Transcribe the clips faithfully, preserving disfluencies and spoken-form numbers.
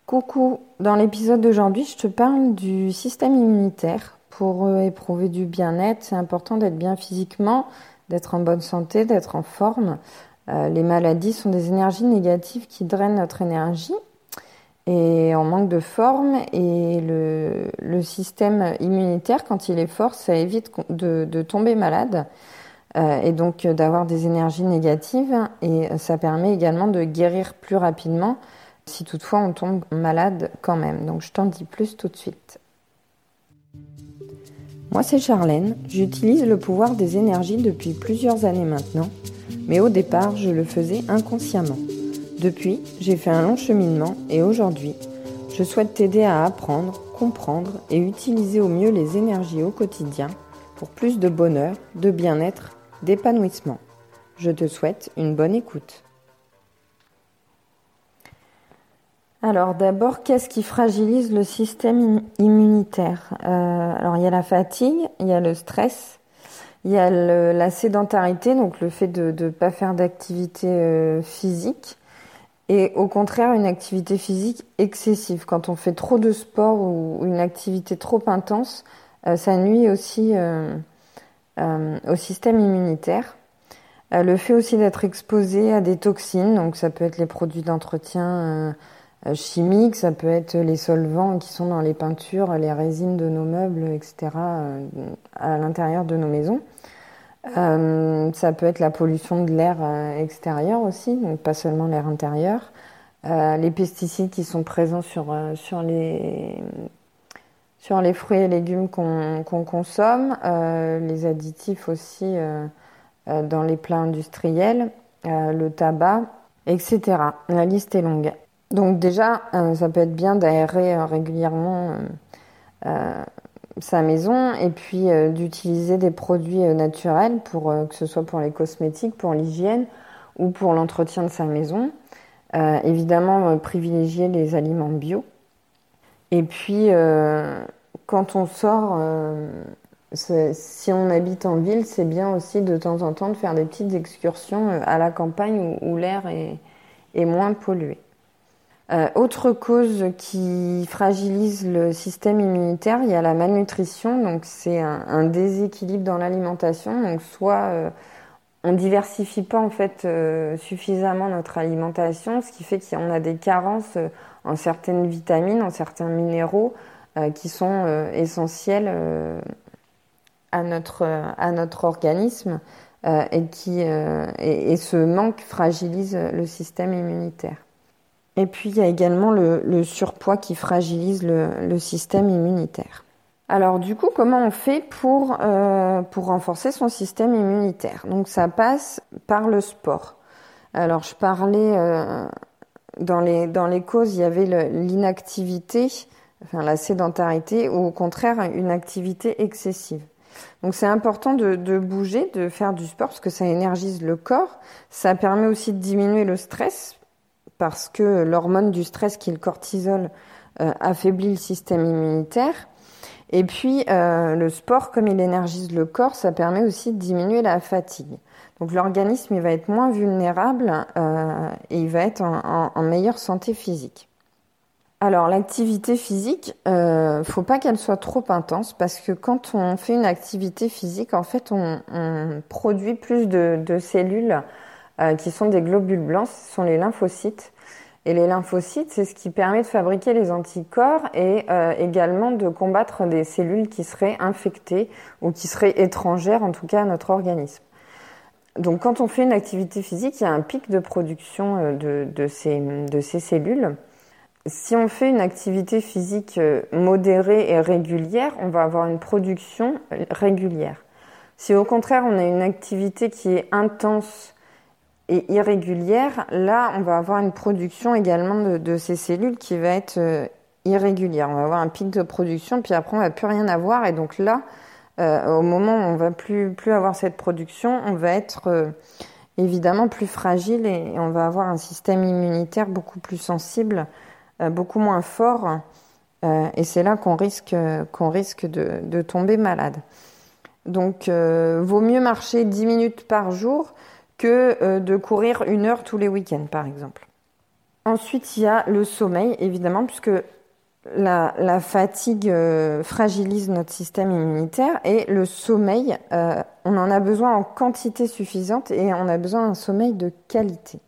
Coucou, dans l'épisode d'aujourd'hui, je te parle du système immunitaire. Pour euh, éprouver du bien-être, c'est important d'être bien physiquement, d'être en bonne santé, d'être en forme. Euh, les maladies sont des énergies négatives qui drainent notre énergie et on manque de forme. Et le, le système immunitaire, quand il est fort, ça évite de, de tomber malade euh, et donc d'avoir des énergies négatives. Et ça permet également de guérir plus rapidement si toutefois on tombe malade quand même. Donc je t'en dis plus tout de suite. Moi c'est Charlène, j'utilise le pouvoir des énergies depuis plusieurs années maintenant, mais au départ je le faisais inconsciemment. Depuis, j'ai fait un long cheminement et aujourd'hui, je souhaite t'aider à apprendre, comprendre et utiliser au mieux les énergies au quotidien pour plus de bonheur, de bien-être, d'épanouissement. Je te souhaite une bonne écoute. Alors d'abord, qu'est-ce qui fragilise le système immunitaire ? euh, Alors il y a la fatigue, il y a le stress, il y a le, la sédentarité, donc le fait de ne pas faire d'activité euh, physique, et au contraire une activité physique excessive. Quand on fait trop de sport ou une activité trop intense, euh, ça nuit aussi euh, euh, au système immunitaire. Euh, le fait aussi d'être exposé à des toxines, donc ça peut être les produits d'entretien euh, chimiques, ça peut être les solvants qui sont dans les peintures, les résines de nos meubles, et cetera euh, à l'intérieur de nos maisons. Euh, ça peut être la pollution de l'air euh, extérieur aussi, donc pas seulement l'air intérieur. Euh, les pesticides qui sont présents sur, euh, sur, les, sur les fruits et légumes qu'on, qu'on consomme, euh, les additifs aussi euh, euh, dans les plats industriels, euh, le tabac, et cetera. La liste est longue. Donc déjà, euh, ça peut être bien d'aérer euh, régulièrement euh, euh, sa maison et puis euh, d'utiliser des produits euh, naturels, pour, euh, que ce soit pour les cosmétiques, pour l'hygiène ou pour l'entretien de sa maison. Euh, évidemment, euh, privilégier les aliments bio. Et puis, euh, quand on sort, euh, si on habite en ville, c'est bien aussi de temps en temps de faire des petites excursions euh, à la campagne où, où l'air est, est moins pollué. Euh, autre cause qui fragilise le système immunitaire, il y a la malnutrition. Donc c'est un, un déséquilibre dans l'alimentation. Donc soit euh, on diversifie pas en fait euh, suffisamment notre alimentation, ce qui fait qu'on a des carences euh, en certaines vitamines, en certains minéraux euh, qui sont euh, essentiels euh, à notre à notre organisme euh, et qui euh, et, et ce manque fragilise le système immunitaire. Et puis, il y a également le, le surpoids qui fragilise le, le système immunitaire. Alors, du coup, comment on fait pour, euh, pour renforcer son système immunitaire ? Donc, ça passe par le sport. Alors, je parlais, euh, dans les, dans les causes, il y avait le, l'inactivité, enfin la sédentarité, ou au contraire, une activité excessive. Donc, c'est important de, de bouger, de faire du sport, parce que ça énergise le corps. Ça permet aussi de diminuer le stress, parce que l'hormone du stress, qui est le cortisol, euh, affaiblit le système immunitaire. Et puis, euh, le sport, comme il énergise le corps, ça permet aussi de diminuer la fatigue. Donc, l'organisme, il va être moins vulnérable euh, et il va être en, en, en meilleure santé physique. Alors, l'activité physique, euh, faut pas qu'elle soit trop intense, parce que quand on fait une activité physique, en fait, on, on produit plus de, de cellules Euh, qui sont des globules blancs, ce sont les lymphocytes. Et les lymphocytes, c'est ce qui permet de fabriquer les anticorps et euh, également de combattre des cellules qui seraient infectées ou qui seraient étrangères, en tout cas, à notre organisme. Donc, quand on fait une activité physique, il y a un pic de production de, de, ces, de ces cellules. Si on fait une activité physique modérée et régulière, on va avoir une production régulière. Si au contraire, on a une activité qui est intense et irrégulière, là, on va avoir une production également de, de ces cellules qui va être euh, irrégulière. On va avoir un pic de production, puis après, on va plus rien avoir. Et donc là, euh, au moment où on va plus, plus avoir cette production, on va être euh, évidemment plus fragile et, et on va avoir un système immunitaire beaucoup plus sensible, euh, beaucoup moins fort. Euh, et c'est là qu'on risque, qu'on risque de, de tomber malade. Donc, euh, vaut mieux marcher dix minutes par jour que euh, de courir une heure tous les week-ends, par exemple. Ensuite, il y a le sommeil, évidemment, puisque la, la fatigue euh, fragilise notre système immunitaire et le sommeil, euh, on en a besoin en quantité suffisante et on a besoin d'un sommeil de qualité.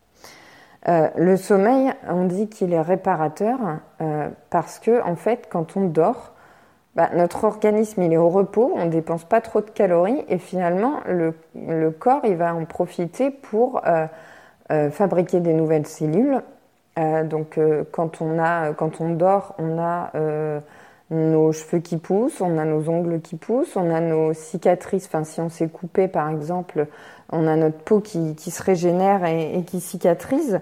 Euh, le sommeil, on dit qu'il est réparateur euh, parce que, en fait, quand on dort, bah, notre organisme il est au repos, on ne dépense pas trop de calories et finalement, le, le corps il va en profiter pour euh, euh, fabriquer des nouvelles cellules. Euh, donc, euh, quand on a, quand on dort, on a euh, nos cheveux qui poussent, on a nos ongles qui poussent, on a nos cicatrices. Enfin, si on s'est coupé, par exemple, on a notre peau qui, qui se régénère et, et qui cicatrise.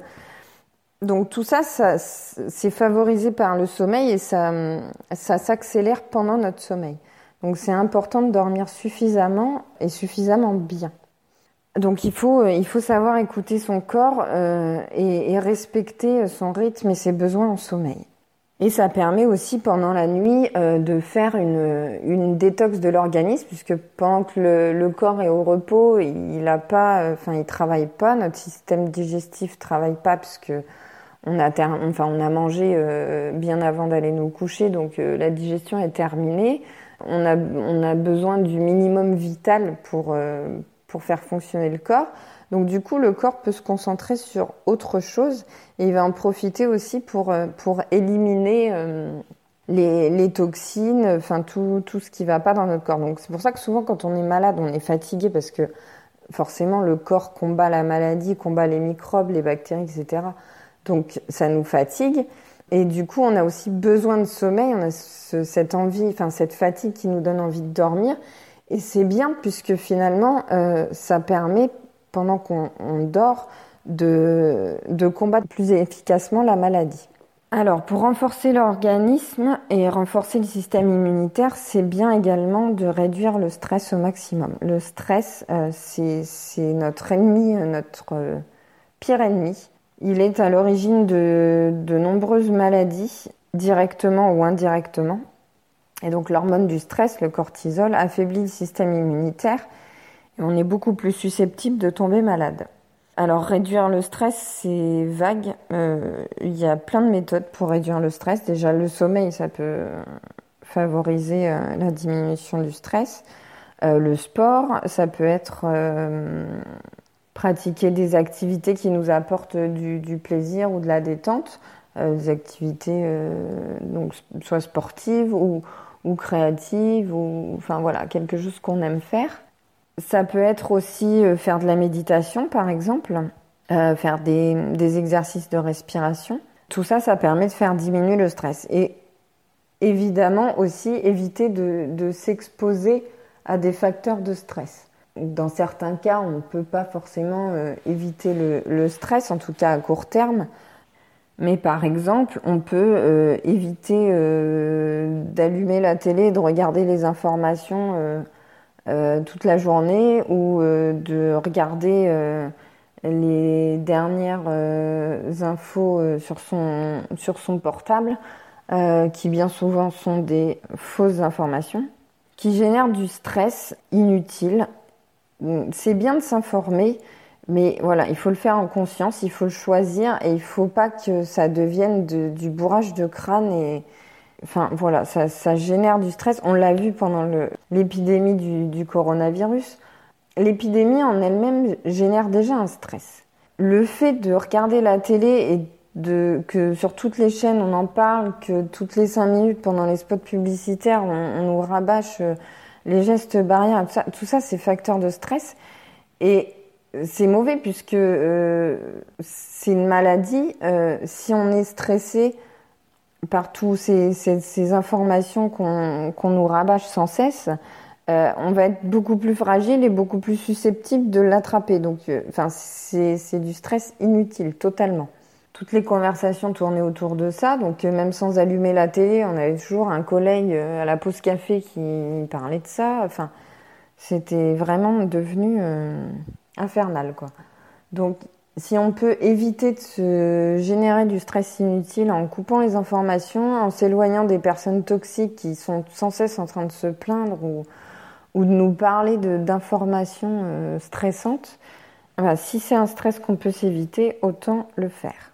Donc, tout ça, ça, c'est favorisé par le sommeil et ça, ça s'accélère pendant notre sommeil. Donc, c'est important de dormir suffisamment et suffisamment bien. Donc il faut, il faut savoir écouter son corps euh, et, et respecter son rythme et ses besoins en sommeil. Et ça permet aussi pendant la nuit euh, de faire une, une détox de l'organisme, puisque pendant que le, le corps est au repos, il a pas, enfin il travaille pas, notre système digestif travaille pas, puisque on a, ter- enfin on a mangé euh, bien avant d'aller nous coucher, donc euh, la digestion est terminée. On a, on a besoin du minimum vital pour euh, pour faire fonctionner le corps. Donc du coup, le corps peut se concentrer sur autre chose et il va en profiter aussi pour, pour éliminer euh, les, les toxines, enfin tout, tout ce qui ne va pas dans notre corps. Donc c'est pour ça que souvent quand on est malade, on est fatigué parce que forcément le corps combat la maladie, combat les microbes, les bactéries, et cetera. Donc ça nous fatigue. Et du coup, on a aussi besoin de sommeil, on a ce, cette envie, enfin cette fatigue qui nous donne envie de dormir. Et c'est bien puisque finalement, euh, ça permet, pendant qu'on on dort, de, de combattre plus efficacement la maladie. Alors, pour renforcer l'organisme et renforcer le système immunitaire, c'est bien également de réduire le stress au maximum. Le stress, euh, c'est, c'est notre ennemi, notre euh, pire ennemi. Il est à l'origine de, de nombreuses maladies, directement ou indirectement. Et donc l'hormone du stress, le cortisol, affaiblit le système immunitaire et on est beaucoup plus susceptible de tomber malade. Alors réduire le stress, c'est vague. Euh, il y a plein de méthodes pour réduire le stress. Déjà le sommeil, ça peut favoriser euh, la diminution du stress. Euh, le sport, ça peut être euh, pratiquer des activités qui nous apportent du, du plaisir ou de la détente. Euh, des activités euh, donc soit sportives ou ou créative, ou enfin voilà, quelque chose qu'on aime faire. Ça peut être aussi euh, faire de la méditation, par exemple, euh, faire des, des exercices de respiration. Tout ça, ça permet de faire diminuer le stress. Et évidemment aussi éviter de, de s'exposer à des facteurs de stress. Dans certains cas, on ne peut pas forcément euh, éviter le, le stress, en tout cas à court terme. Mais par exemple, on peut euh, éviter euh, d'allumer la télé et de regarder les informations euh, euh, toute la journée ou euh, de regarder euh, les dernières euh, infos euh, sur son, sur son portable, euh, qui bien souvent sont des fausses informations, qui génèrent du stress inutile. C'est bien de s'informer, mais voilà, il faut le faire en conscience, il faut le choisir et il faut pas que ça devienne de, du bourrage de crâne et enfin voilà, ça, ça génère du stress. On l'a vu pendant le, l'épidémie du, du coronavirus. L'épidémie en elle-même génère déjà un stress. Le fait de regarder la télé et de, que sur toutes les chaînes on en parle, que toutes les cinq minutes pendant les spots publicitaires on, on nous rabâche les gestes barrières, tout ça, tout ça c'est facteur de stress. Et c'est mauvais puisque euh, c'est une maladie. Euh, si on est stressé par toutes ces, ces, ces informations qu'on, qu'on nous rabâche sans cesse, euh, on va être beaucoup plus fragile et beaucoup plus susceptible de l'attraper. Donc, euh, enfin, c'est, c'est du stress inutile, totalement. Toutes les conversations tournaient autour de ça, donc euh, même sans allumer la télé, on avait toujours un collègue euh, à la pause café qui parlait de ça. Enfin, c'était vraiment devenu euh, infernal, quoi. Donc, si on peut éviter de se générer du stress inutile en coupant les informations, en s'éloignant des personnes toxiques qui sont sans cesse en train de se plaindre ou, ou de nous parler de, d'informations euh, stressantes, ben, si c'est un stress qu'on peut s'éviter, autant le faire.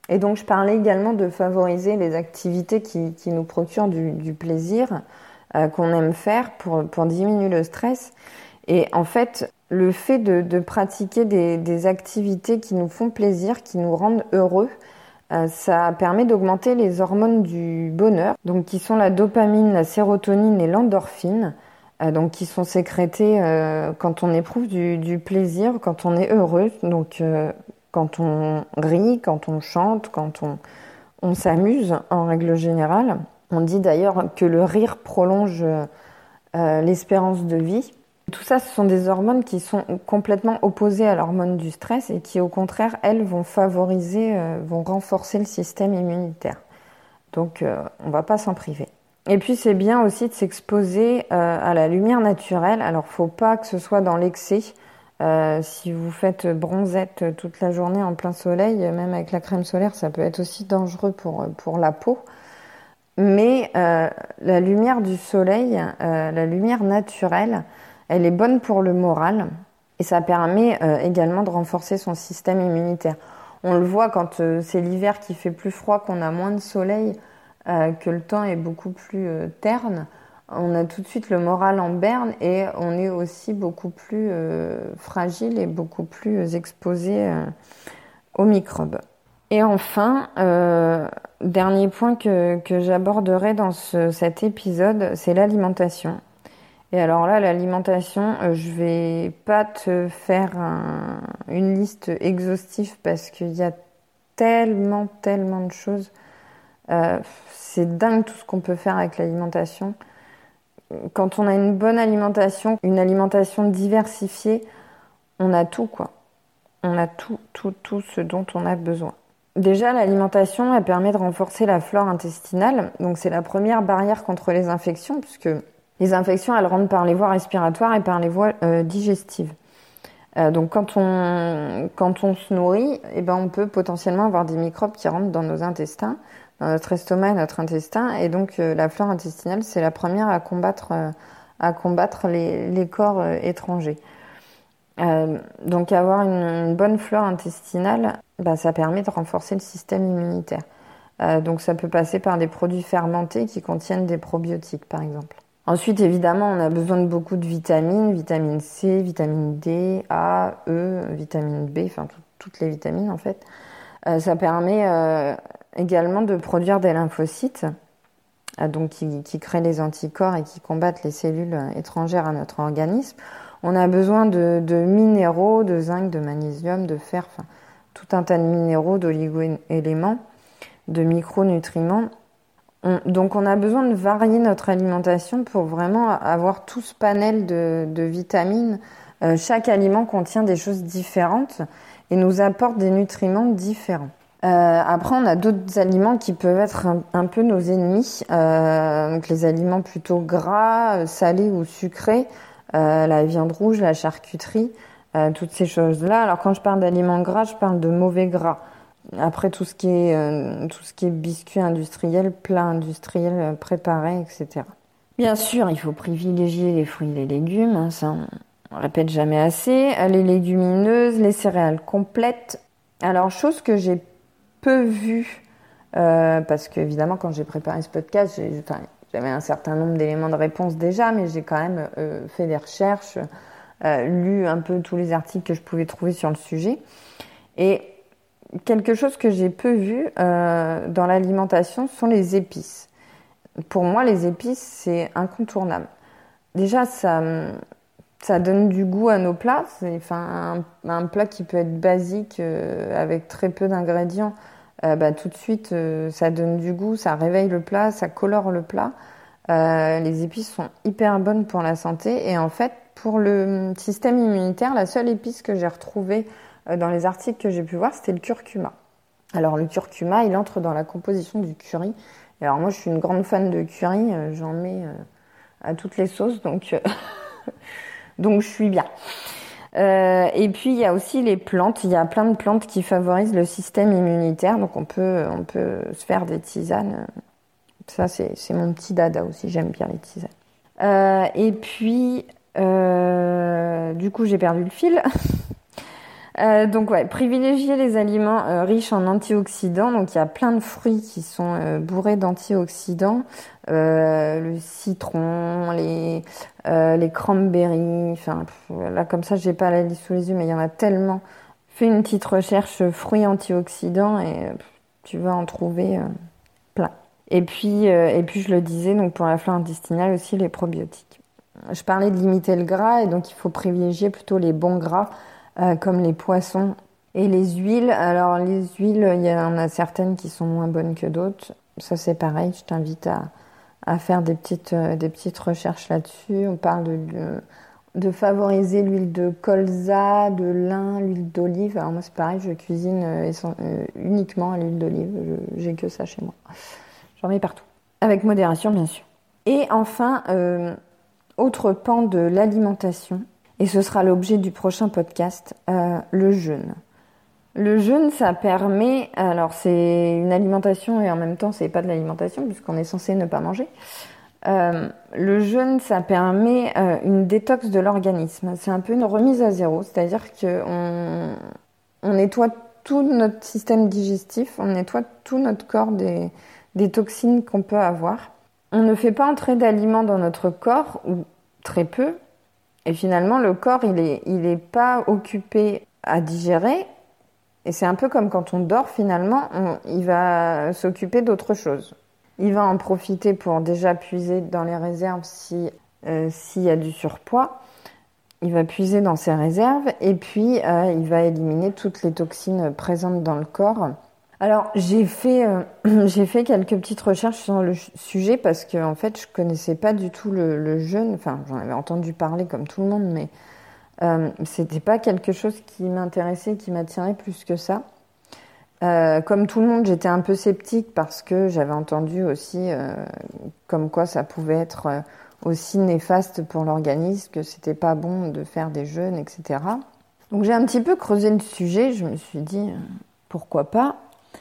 Et donc, je parlais également de favoriser les activités qui, qui nous procurent du, du plaisir, euh, qu'on aime faire pour, pour diminuer le stress. Et en fait, le fait de, de pratiquer des, des activités qui nous font plaisir, qui nous rendent heureux, euh, ça permet d'augmenter les hormones du bonheur, donc qui sont la dopamine, la sérotonine et l'endorphine, euh, donc qui sont sécrétées euh, quand on éprouve du, du plaisir, quand on est heureux, donc euh, quand on rit, quand on chante, quand on, on s'amuse en règle générale. On dit d'ailleurs que le rire prolonge euh, l'espérance de vie. Tout ça, ce sont des hormones qui sont complètement opposées à l'hormone du stress et qui, au contraire, elles, vont favoriser, euh, vont renforcer le système immunitaire. Donc, euh, on ne va pas s'en priver. Et puis, c'est bien aussi de s'exposer euh, à la lumière naturelle. Alors, il ne faut pas que ce soit dans l'excès. Euh, si vous faites bronzette toute la journée en plein soleil, même avec la crème solaire, ça peut être aussi dangereux pour, pour la peau. Mais euh, la lumière du soleil, euh, la lumière naturelle, elle est bonne pour le moral et ça permet euh, également de renforcer son système immunitaire. On le voit quand euh, c'est l'hiver qui fait plus froid, qu'on a moins de soleil, euh, que le temps est beaucoup plus euh, terne. On a tout de suite le moral en berne et on est aussi beaucoup plus euh, fragile et beaucoup plus exposé euh, aux microbes. Et enfin, euh, dernier point que, que j'aborderai dans ce, cet épisode, c'est l'alimentation. Et alors là, l'alimentation, euh, je vais pas te faire un, une liste exhaustive parce qu'il y a tellement, tellement de choses. Euh, c'est dingue tout ce qu'on peut faire avec l'alimentation. Quand on a une bonne alimentation, une alimentation diversifiée, on a tout, quoi. On a tout, tout, tout ce dont on a besoin. Déjà, l'alimentation, elle permet de renforcer la flore intestinale. Donc, c'est la première barrière contre les infections puisque les infections, elles rentrent par les voies respiratoires et par les voies euh, digestives. Euh, donc, quand on, quand on se nourrit, eh ben, on peut potentiellement avoir des microbes qui rentrent dans nos intestins, dans notre estomac et notre intestin. Et donc, euh, la flore intestinale, c'est la première à combattre, euh, à combattre les, les corps euh, étrangers. Euh, donc, avoir une, une bonne flore intestinale, bah, ça permet de renforcer le système immunitaire. Euh, donc, ça peut passer par des produits fermentés qui contiennent des probiotiques, par exemple. Ensuite, évidemment, on a besoin de beaucoup de vitamines, vitamine C, vitamine D, A, E, vitamine B, enfin tout, toutes les vitamines en fait. Euh, ça permet euh, également de produire des lymphocytes, euh, donc qui, qui créent les anticorps et qui combattent les cellules étrangères à notre organisme. On a besoin de, de minéraux, de zinc, de magnésium, de fer, enfin tout un tas de minéraux, d'oligo-éléments, de micronutriments. On, donc on a besoin de varier notre alimentation pour vraiment avoir tout ce panel de, de vitamines. Euh, chaque aliment contient des choses différentes et nous apporte des nutriments différents. Euh, après, on a d'autres aliments qui peuvent être un, un peu nos ennemis. Euh, donc les aliments plutôt gras, salés ou sucrés, euh, la viande rouge, la charcuterie, euh, toutes ces choses-là. Alors quand je parle d'aliments gras, je parle de mauvais gras. Après, tout ce qui est, euh, tout ce qui est biscuits industriels, plats industriels euh, préparés, et cetera. Bien sûr, il faut privilégier les fruits et les légumes, hein, ça on, on répète jamais assez. Les légumineuses, les céréales complètes. Alors, chose que j'ai peu vue, euh, parce qu'évidemment, quand j'ai préparé ce podcast, j'ai, enfin, j'avais un certain nombre d'éléments de réponse déjà, mais j'ai quand même euh, fait des recherches, euh, lu un peu tous les articles que je pouvais trouver sur le sujet. Et quelque chose que j'ai peu vu euh, dans l'alimentation sont les épices. Pour moi, les épices, c'est incontournable. Déjà, ça, ça donne du goût à nos plats. C'est enfin, un, un plat qui peut être basique, euh, avec très peu d'ingrédients. Euh, bah, tout de suite, euh, ça donne du goût, ça réveille le plat, ça colore le plat. Euh, les épices sont hyper bonnes pour la santé. Et en fait, pour le système immunitaire, la seule épice que j'ai retrouvée dans les articles que j'ai pu voir, c'était le curcuma. Alors le curcuma, il entre dans la composition du curry. Et alors moi, je suis une grande fan de curry, j'en mets à toutes les sauces, donc donc je suis bien. Euh, et puis il y a aussi les plantes. Il y a plein de plantes qui favorisent le système immunitaire, donc on peut on peut se faire des tisanes. Ça c'est c'est mon petit dada aussi. J'aime bien les tisanes. Euh, et puis euh, du coup j'ai perdu le fil. Euh, donc ouais, privilégier les aliments euh, riches en antioxydants. Donc il y a plein de fruits qui sont euh, bourrés d'antioxydants. Euh, le citron, les euh, les cranberries. Enfin pff, là comme ça, j'ai pas la liste sous les yeux, mais il y en a tellement. Fais une petite recherche euh, fruits antioxydants et pff, tu vas en trouver euh, plein. Et puis euh, et puis je le disais donc pour la flore intestinale aussi les probiotiques. Je parlais de limiter le gras et donc il faut privilégier plutôt les bons gras. Euh, comme les poissons et les huiles. Alors les huiles, il y en a certaines qui sont moins bonnes que d'autres. Ça c'est pareil, je t'invite à, à faire des petites, euh, des petites recherches là-dessus. On parle de, de, de favoriser l'huile de colza, de lin, l'huile d'olive. Alors moi c'est pareil, je cuisine euh, euh, uniquement à l'huile d'olive. Je, j'ai que ça chez moi. J'en mets partout. Avec modération bien sûr. Et enfin, euh, autre pan de l'alimentation, et ce sera l'objet du prochain podcast, euh, le jeûne. Le jeûne, ça permet, alors c'est une alimentation et en même temps c'est pas de l'alimentation puisqu'on est censé ne pas manger. Euh, le jeûne, ça permet euh, une détox de l'organisme. C'est un peu une remise à zéro, c'est-à-dire que on, on nettoie tout notre système digestif, on nettoie tout notre corps des, des toxines qu'on peut avoir. On ne fait pas entrer d'aliments dans notre corps, ou très peu. Et finalement, le corps, il est, il est pas occupé à digérer. Et c'est un peu comme quand on dort, finalement, on, il va s'occuper d'autre chose. Il va en profiter pour déjà puiser dans les réserves si, euh, s'il y a du surpoids. Il va puiser dans ses réserves et puis euh, il va éliminer toutes les toxines présentes dans le corps. Alors, j'ai fait, euh, j'ai fait quelques petites recherches sur le sujet parce que, en fait, je connaissais pas du tout le, le jeûne. Enfin, j'en avais entendu parler comme tout le monde, mais euh, c'était pas quelque chose qui m'intéressait, qui m'attirait plus que ça. Euh, comme tout le monde, j'étais un peu sceptique parce que j'avais entendu aussi euh, comme quoi ça pouvait être euh, aussi néfaste pour l'organisme, que c'était pas bon de faire des jeûnes, et cetera. Donc, j'ai un petit peu creusé le sujet. Je me suis dit, euh, pourquoi pas?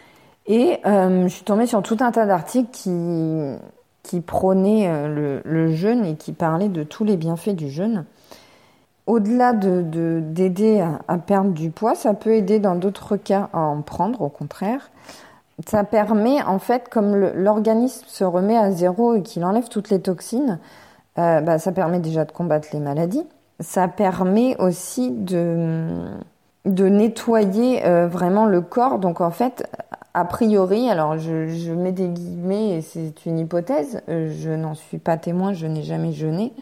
Et euh, je suis tombée sur tout un tas d'articles qui, qui prônaient euh, le, le jeûne et qui parlaient de tous les bienfaits du jeûne. Au-delà de, de, d'aider à, à perdre du poids, ça peut aider dans d'autres cas à en prendre, au contraire. Ça permet, en fait, comme le, l'organisme se remet à zéro et qu'il enlève toutes les toxines, euh, bah, ça permet déjà de combattre les maladies. Ça permet aussi de, de nettoyer euh, vraiment le corps. Donc, en fait, a priori, alors je, je mets des guillemets et c'est une hypothèse, je n'en suis pas témoin, je n'ai jamais jeûné,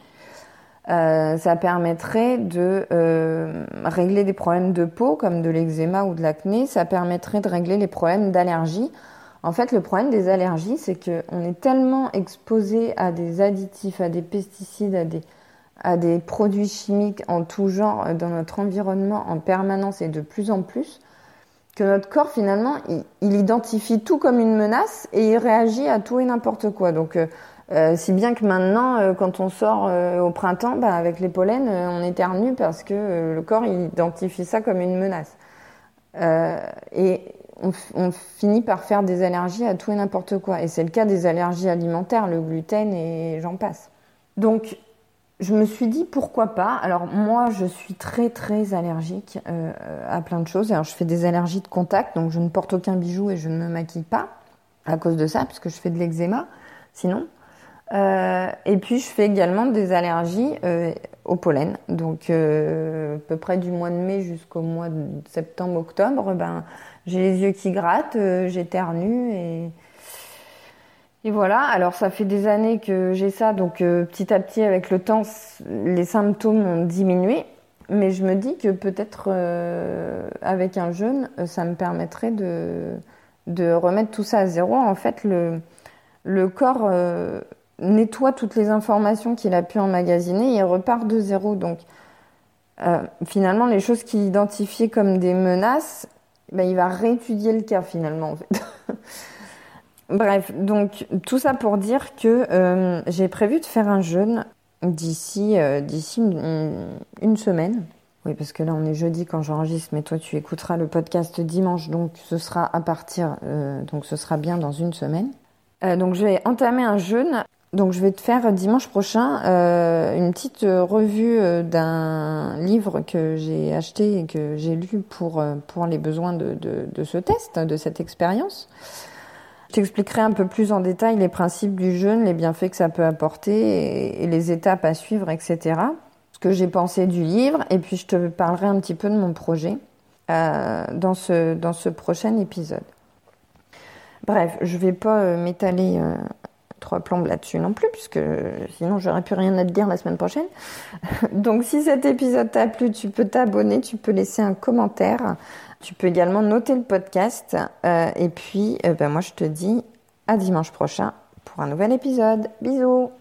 euh, ça permettrait de euh, régler des problèmes de peau comme de l'eczéma ou de l'acné, ça permettrait de régler les problèmes d'allergie. En fait, le problème des allergies, c'est qu'on est tellement exposé à des additifs, à des pesticides, à des, à des produits chimiques en tout genre dans notre environnement en permanence et de plus en plus, que notre corps, finalement, il, il identifie tout comme une menace et il réagit à tout et n'importe quoi. Donc, euh, euh, si bien que maintenant, euh, quand on sort euh, au printemps, bah, avec les pollens, euh, on éternue parce que euh, le corps il identifie ça comme une menace. Euh, et on, on finit par faire des allergies à tout et n'importe quoi. Et c'est le cas des allergies alimentaires, le gluten et j'en passe. Donc, je me suis dit pourquoi pas. Alors moi, je suis très très allergique euh, à plein de choses. Alors je fais des allergies de contact, donc je ne porte aucun bijou et je ne me maquille pas à cause de ça, parce que je fais de l'eczéma. Sinon, euh, et puis je fais également des allergies euh, au pollen. Donc euh, à peu près du mois de mai jusqu'au mois de septembre-octobre, ben j'ai les yeux qui grattent, euh, j'éternue et Et voilà, alors ça fait des années que j'ai ça, donc euh, petit à petit, avec le temps, les symptômes ont diminué. Mais je me dis que peut-être euh, avec un jeûne, ça me permettrait de, de remettre tout ça à zéro. En fait, le, le corps euh, nettoie toutes les informations qu'il a pu emmagasiner et repart de zéro. Donc euh, finalement, les choses qu'il identifiait comme des menaces, ben, il va réétudier le cas finalement en fait. Bref, donc tout ça pour dire que euh, j'ai prévu de faire un jeûne d'ici euh, d'ici une, une semaine. Oui, parce que là on est jeudi quand j'enregistre, mais toi tu écouteras le podcast dimanche, donc ce sera à partir, euh, donc ce sera bien dans une semaine. Euh, donc je vais entamer un jeûne Donc je vais te faire dimanche prochain euh, une petite revue euh, d'un livre que j'ai acheté et que j'ai lu pour, euh, pour les besoins de, de, de ce test, de cette expérience. Je t'expliquerai un peu plus en détail les principes du jeûne, les bienfaits que ça peut apporter et, et les étapes à suivre, et cetera. Ce que j'ai pensé du livre, et puis je te parlerai un petit peu de mon projet euh, dans ce, dans ce prochain épisode. Bref, je vais pas euh, m'étaler euh, trois plombes là-dessus non plus, puisque sinon j'aurais plus rien à te dire la semaine prochaine. Donc si cet épisode t'a plu, tu peux t'abonner, tu peux laisser un commentaire, tu peux également noter le podcast, euh, et puis euh, ben, moi je te dis à dimanche prochain pour un nouvel épisode. Bisous!